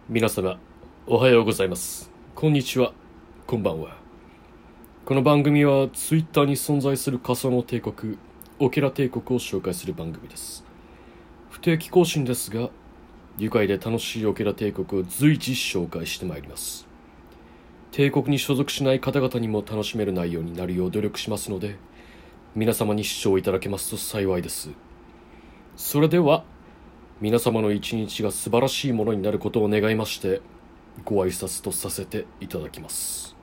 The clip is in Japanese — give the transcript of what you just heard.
皆様、おはようございます。こんにちは、こんばんは。この番組は Twitter に存在する仮想の帝国、オケラ帝国を紹介する番組です。不定期更新ですが、愉快で楽しいオケラ帝国を随時紹介してまいります。帝国に所属しない方々にも楽しめる内容になるよう努力しますので、皆様に視聴いただけますと幸いです。それでは、皆様の一日が素晴らしいものになることを願いまして、ご挨拶とさせていただきます。